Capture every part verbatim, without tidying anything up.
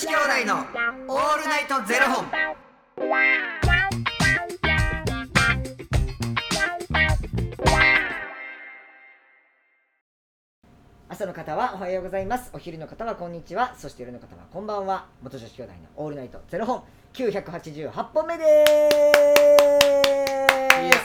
子兄弟のオールナイトゼロ本。 朝の方はおはようございます。お昼の方はこんにちは。そして夜の方はこんばんは。元女子兄弟のオールナイトゼロ本きゅうひゃくはちじゅうはちほんめです。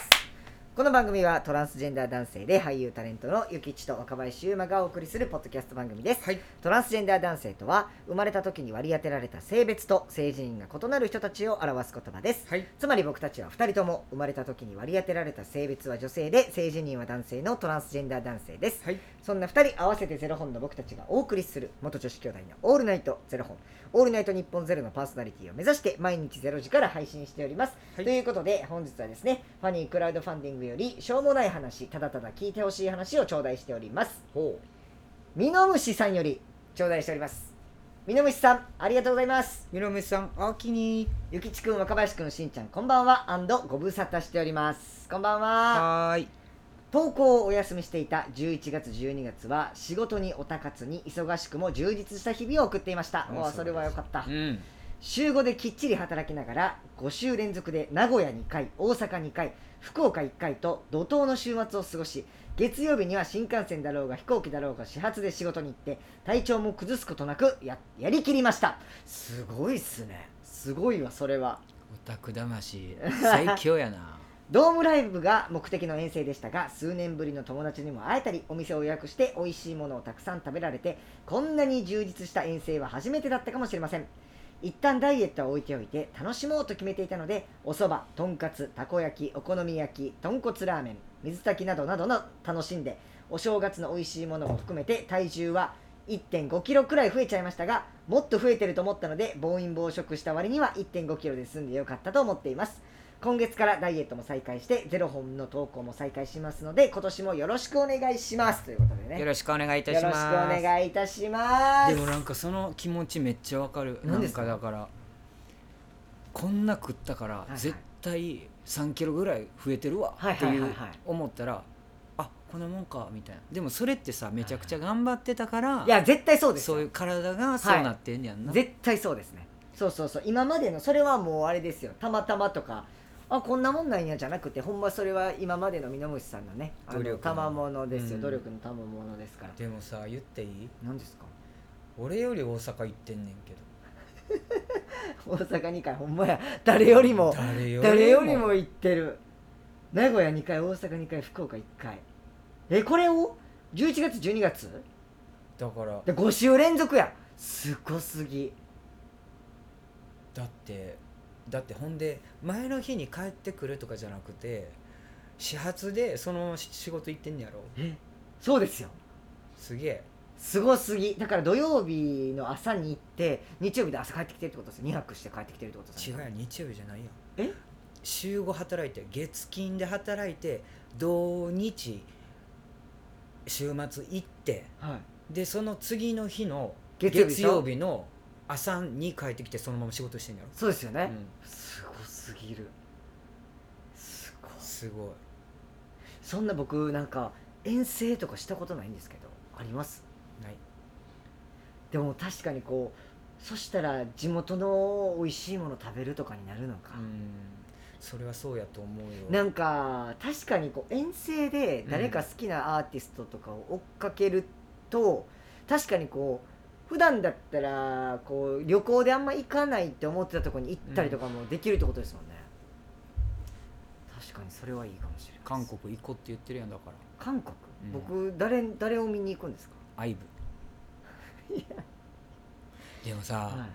この番組はトランスジェンダー男性で俳優タレントのゆきちと若林優馬がお送りするポッドキャスト番組です、はい、トランスジェンダー男性とは生まれた時に割り当てられた性別と性自認が異なる人たちを表す言葉です、はい、つまり僕たちはふたりとも生まれた時に割り当てられた性別は女性で性自認は男性のトランスジェンダー男性です、はい、そんなふたり合わせてゼロ本の僕たちがお送りする元女子兄弟のオールナイトゼロ本オールナイト日本ゼロのパーソナリティを目指して毎日ゼロ時から配信しております、はい、ということで本日はですねファニークラウドファンディングよりしょうもない話ただただ聞いてほしい話を頂戴しております。ほうミノムシさんより頂戴しております。ミノムシさんありがとうございます。 ミノムシさんおおきに。 ゆきちくん若林くんしんちゃんこんばんはご無沙汰しております。こんばんは。 はーい。 投稿をお休みしていたじゅういちがつじゅうにがつは仕事におたかつに忙しくも充実した日々を送っていました。おそれはよかった、うん、週ごできっちり働きながらごしゅう連続で名古屋にかい大阪にかい福岡いっかいと怒涛の週末を過ごし月曜日には新幹線だろうが飛行機だろうが始発で仕事に行って体調も崩すことなく や, やりきりました。すごいっすね。すごいわそれは。 オタク魂最強やなドームライブが目的の遠征でしたが数年ぶりの友達にも会えたりお店を予約して美味しいものをたくさん食べられてこんなに充実した遠征は初めてだったかもしれません。一旦ダイエットは置いておいて楽しもうと決めていたのでお蕎麦、とんかつ、たこ焼き、お好み焼き、豚骨ラーメン、水炊きなどなどの楽しんでお正月の美味しいものも含めて体重は いってんごキロくらい増えちゃいましたがもっと増えてると思ったので暴飲暴食した割には いってんごキロで済んでよかったと思っています。今月からダイエットも再開してゼロ本の投稿も再開しますので今年もよろしくお願いしますということでね。 よろしくお願いいたします。 よろしくお願いいたします。 でもなんかその気持ちめっちゃわかる。なんかだからこんな食ったから絶対さんキロぐらい増えてるわっていう思ったらあこんなもんかみたいな。でもそれってさめちゃくちゃ頑張ってたから、はいはい、 いや絶対そうですよ。 そういう体がそうなってんやんな、 はい、絶対そうですね。そうそうそう今までのそれはもうあれですよたまたまとかあこんなもんなんやじゃなくてほんまそれは今までのミノムシさんのねあの賜物ですよ、うん、努力の賜物ですから。 でもさ言っていい？ 何ですか？ 俺より大阪行ってんねんけど大阪にかいほんまや誰よりも誰よりも、誰よりも行ってる。名古屋にかい大阪にかい福岡いっかいえこれをじゅういちがつじゅうにがつだからでご週連続やすごすぎ。 だってだってほんで前の日に帰ってくるとかじゃなくて始発でその仕事行ってんやろ。 えそうですよ。 すげえすごすぎ。だから土曜日の朝に行って日曜日で朝帰ってきてるってことですよ。にはくして帰ってきてるってことですよ。 違うや日曜日じゃないやん。 え週ご働いて月金で働いて土日週末行って、はい、でその次の日の月曜 日, 月曜日の朝に帰ってきてそのまま仕事してんやろ。 そうですよね、うん、すごすぎる。すごいすごい。 そんな僕なんか遠征とかしたことないんですけどあります？ ない。 でも確かにこうそしたら地元の美味しいもの食べるとかになるのか。 うんそれはそうやと思うよ。 なんか確かにこう遠征で誰か好きなアーティストとかを追っかけると、うん、確かにこう普段だったらこう旅行であんま行かないって思ってたところに行ったりとかもできるってことですもんね、うん、確かにそれはいいかもしれない。 韓国行こうって言ってるやんだから。 韓国、うん、僕 誰, 誰を見に行くんですか？ アイブいやでもさ、はい、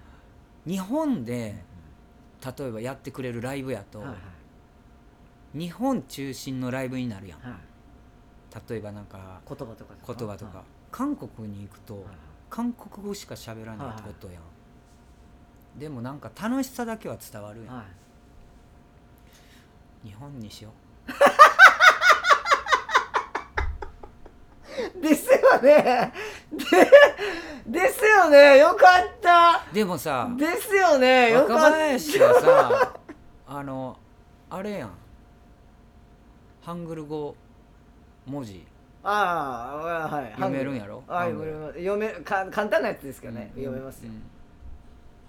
日本で例えばやってくれるライブやと、はいはい、日本中心のライブになるやん、はい、例えばなんか言葉とか言葉とか、はい、韓国に行くと、はいはい韓国語しか喋らないってことやん、はい、でもなんか楽しさだけは伝わるやん、はい、日本にしようですよねでですよねよかった。 でもさですよねよかった。 若林はさあのあれやんハングル語文字ああ、はい、 読めるんやろ。 あ読め読めか簡単なやつですけどね、うん、読めますよ、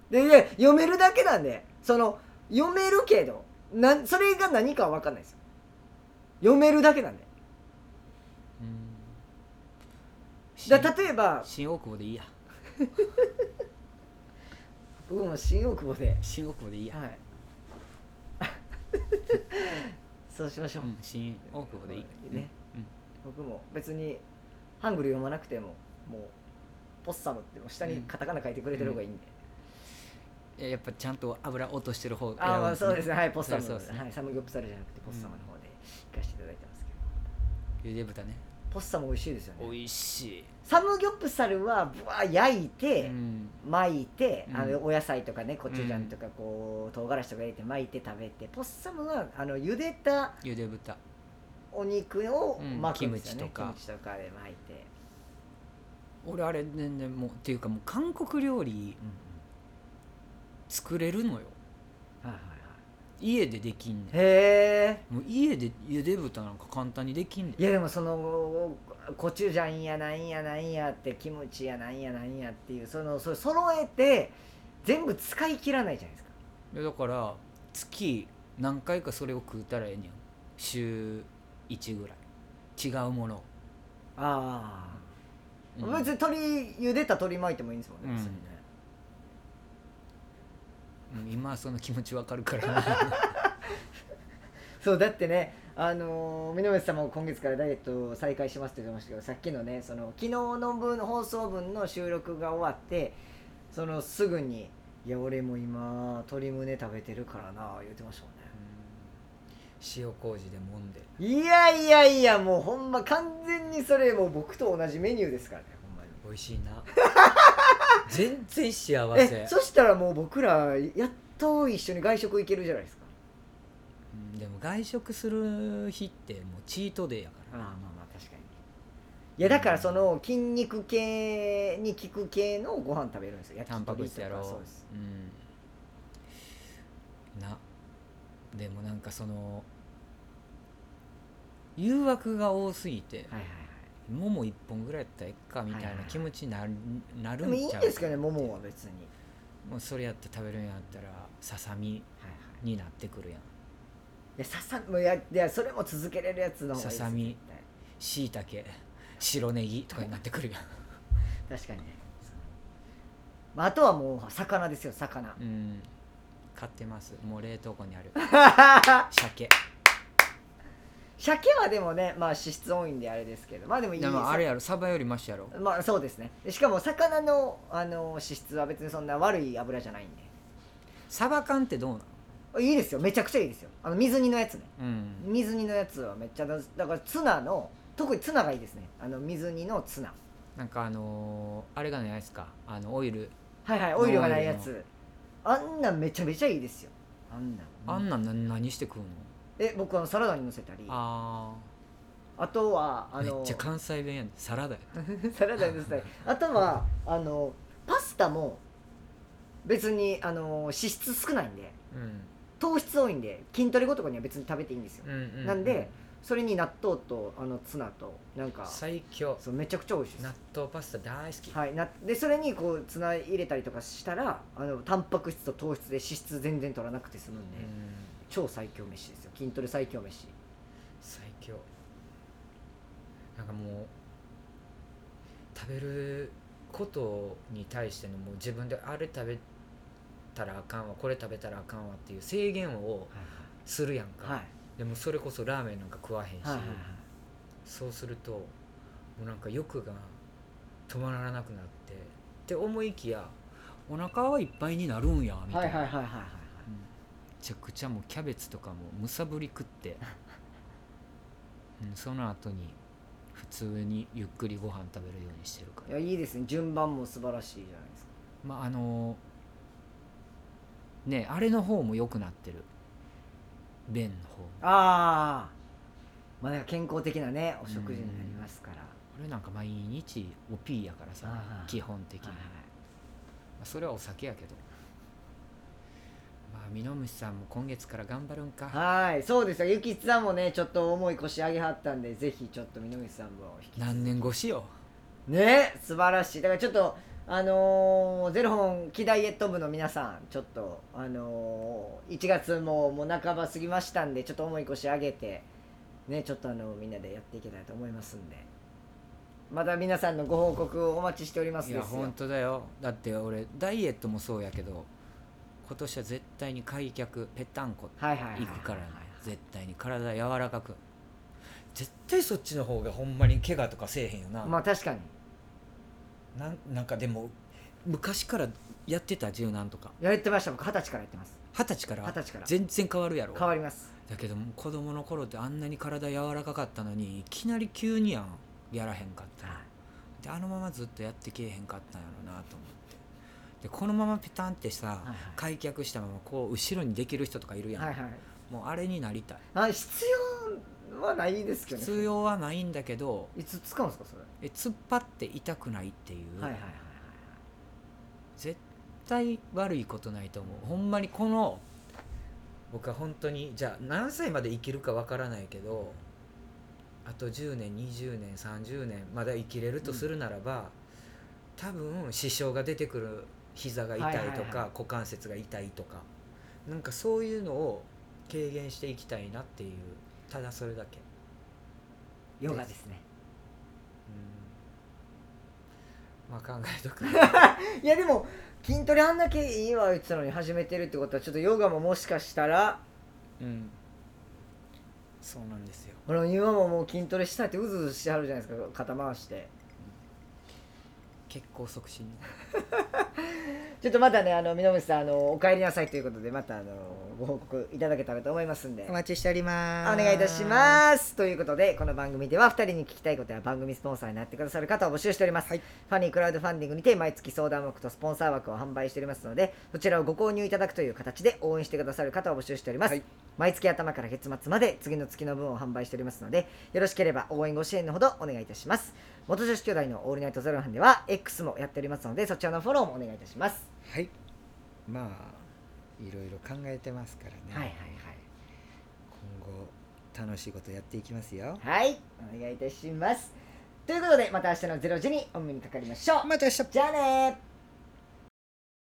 で、で読めるだけなんで、その読めるけどな、それが何かは分かんないですよ。読めるだけなんで。うんだ例えば新大久保でいいや僕も新大久保で新大久保でいいや、はい、 そうしましょう、うん、 新大久保でいいね、 うん、僕も別にハングル読まなくてももうポッサムって下にカタカナ書いてくれてる方がいいんで、 うん、やっぱちゃんと油落としてる方が、 ああそうですね、はい、ポッサム、そうですね、はい、サムギョプサルじゃなくてポッサムの方で行かせていただいてますけど、 ゆで豚ね、 ポッサム美味しいですよね。 美味しい。 サムギョプサルはぶわ焼いて、うん、巻いて、あのお野菜とかねコチュジャンとかこう唐辛子とか入れて巻いて食べて、ポッサムはあの茹でたゆで豚お肉を巻くんですよね、 キムチとかキムチとかで巻いて。 俺あれ全然もうっていうかもう韓国料理作れるのよ、はいはいはい、家でできんねん。へえ。もう家でゆで豚なんか簡単にできんねん。 いやでもそのコチュジャンやなんやなんやってキムチやなんやなんやっていうそのそれ揃えて全部使い切らないじゃないですか。 いやだから月何回かそれを食うたらええねん。週いちぐらい違うもの。 ああ、うん、別に鶏茹でた鶏巻いてもいいんですもんね、うん、別にね、 うん、今はその気持ちわかるからそうだってね、あのー、箕面さんも今月からダイエットを再開しますって言ってましたけど、さっきのねその昨日の分放送分の収録が終わってそのすぐにいや俺も今鶏胸食べてるからな言ってましたもんね。 塩麹で揉んで、 いやいやいやもうほんま完全にそれもう僕と同じメニューですからね、ほんまに美味しいな全然幸せ。 えそしたらもう僕らやっと一緒に外食行けるじゃないですか。 うん、でも外食する日ってもうチートデーやから。 ああまあまあ確かに。いやだからその筋肉系に効く系のご飯食べるんですよ。 タンパク質やろう。 そうです、 うん、なでもなんかその誘惑が多すぎて、はいはいはい、桃一本ぐらいやったらえっかみたいな気持ちになる、はいはい、なるんちゃう。 でもいいんですかね桃は別に。 もうそれやって食べるんやったらささみになってくるやん。 いやささみやいやそれも続けれるやつの方がいいです。 ささみ、しいたけ、白ネギとかになってくるやん確かにね、まあ、あとはもう魚ですよ、魚。 うん買ってます、もう冷凍庫にある鮭。 鮭はでもね、まあ脂質多いんであれですけど、まあでもいいです。 でもあれやろ、サバよりマシやろ。 まあそうですね。しかも魚の、あの脂質は別にそんな悪い油じゃないんで。 サバ缶ってどうなの？ いいですよ、めちゃくちゃいいですよ。あの水煮のやつね、うん、水煮のやつはめっちゃだからツナの特にツナがいいですね。あの水煮のツナなんかあのー、あれがないですか、あのオイル、 はいはい、オイルがないやつ、あんなんめちゃめちゃいいですよ。あんなん、 あんなん何、何して食うの？ え僕はサラダにのせたり、ああとはあのめっちゃ関西弁やん、サラダやサラダにのせたりあとはあのパスタも別にあの脂質少ないんで、うん、糖質多いんで筋トレ後とかには別に食べていいんですよ、うんうんうん、なんでそれに納豆とあのツナとなんか最強、 そうめちゃくちゃ美味しいです。 納豆パスタ大好き、 はい、なでそれにこうツナ入れたりとかしたらあのタンパク質と糖質で脂質全然取らなくて済むんで、うん、超最強飯ですよ、筋トレ最強飯。 最強。なんかもう食べることに対してのもう自分であれ食べたらあかんわ、これ食べたらあかんわっていう制限をするやんか、はいはい、でもそれこそラーメンなんか食わへんし、はいはいはい、そうするともうなんか欲が止まらなくなってって思いきやお腹はいっぱいになるんやみたいな、はいはいはいはいはい、めちゃくちゃもうキャベツとかもむさぶり食って、うん、その後に普通にゆっくりご飯食べるようにしてるから。 いやいいですね、順番も素晴らしいじゃないですか。 まああのねあれの方も良くなってる、便の方。 ああ、まあ健康的なねお食事になりますから。 俺なんか毎日おピーやからさ、基本的に、はいはい、まあ、それはお酒やけど、まあミノムシさんも今月から頑張るんか。 はい、そうですよ。ゆきつさんもねちょっと重い腰上げはったんで、ぜひちょっとミノムシさんも引き続き。 何年越しよね、素晴らしい。だからちょっとあのー、ゼロ本気ダイエット部の皆さんちょっとあのー、いちがつももう半ば過ぎましたんでちょっと重い腰上げてねちょっとあのみんなでやっていけたらと思いますんでまた皆さんのご報告をお待ちしておりますですよ。 いや本当だよ。だって俺ダイエットもそうやけど今年は絶対に開脚ぺったんこ行くからね絶対に体柔らかく絶対そっちの方がほんまに怪我とかせえへんよな。 まあ確かにな ん, なんかでも昔からやってた柔軟とかやってました。僕二十歳からやってます。 二十歳から二十歳から全然変わるやろ。 変わります。 だけども子供の頃ってあんなに体柔らかかったのにいきなり急にやんやらへんかったら、はい、であのままずっとやってけえへんかったんやろなと思ってでこのままペタンってさ、はいはい、開脚したままこう後ろにできる人とかいるやん、はいはい、もうあれになりたい。 あ必要はないですけどね。 必要はないんだけどいつ使うんですかそれ。 え突っ張って痛くないっていう、 はいはいはいはい、 絶対悪いことないと思う。ほんまにこの僕は本当にじゃあ何歳まで生きるかわからないけどあとじゅうねんにじゅうねんさんじゅうねんまだ生きれるとするならば、うん、多分支障が出てくる膝が痛いとか、はいはいはい、股関節が痛いとかなんかそういうのを軽減していきたいなっていうただそれだけ。 ヨガですね。 うんまあ考えとくいやでも筋トレあんだけいいわ言ってたのに始めてるってことはちょっとヨガももしかしたらうんそうなんですよ。 ほら今ももう筋トレしたいってうずうずしてはるじゃないですか肩回して、うん、 結構促進ちょっとまたねあの源さんあのお帰りなさいということでまたあのご報告いただけたらと思いますんでお待ちしております。 お願いいたしますということでこの番組ではふたりに聞きたいことや番組スポンサーになってくださる方を募集しております、はい、ファニークラウドファンディングにて毎月相談枠とスポンサー枠を販売しておりますのでそちらをご購入いただくという形で応援してくださる方を募集しております、はい、毎月頭から月末まで次の月の分を販売しておりますのでよろしければ応援ご支援のほどお願いいたします。元女子兄弟のオールナイトゼロ班では X もやっておりますのでそちらのフォローもお願いいたします。 はいまあいろいろ考えてますからね。 はいはいはい今後楽しいことやっていきますよ。 はいお願いいたします。ということでまた明日のゼロ時にお目にかかりましょう。 また明日。 じゃあね。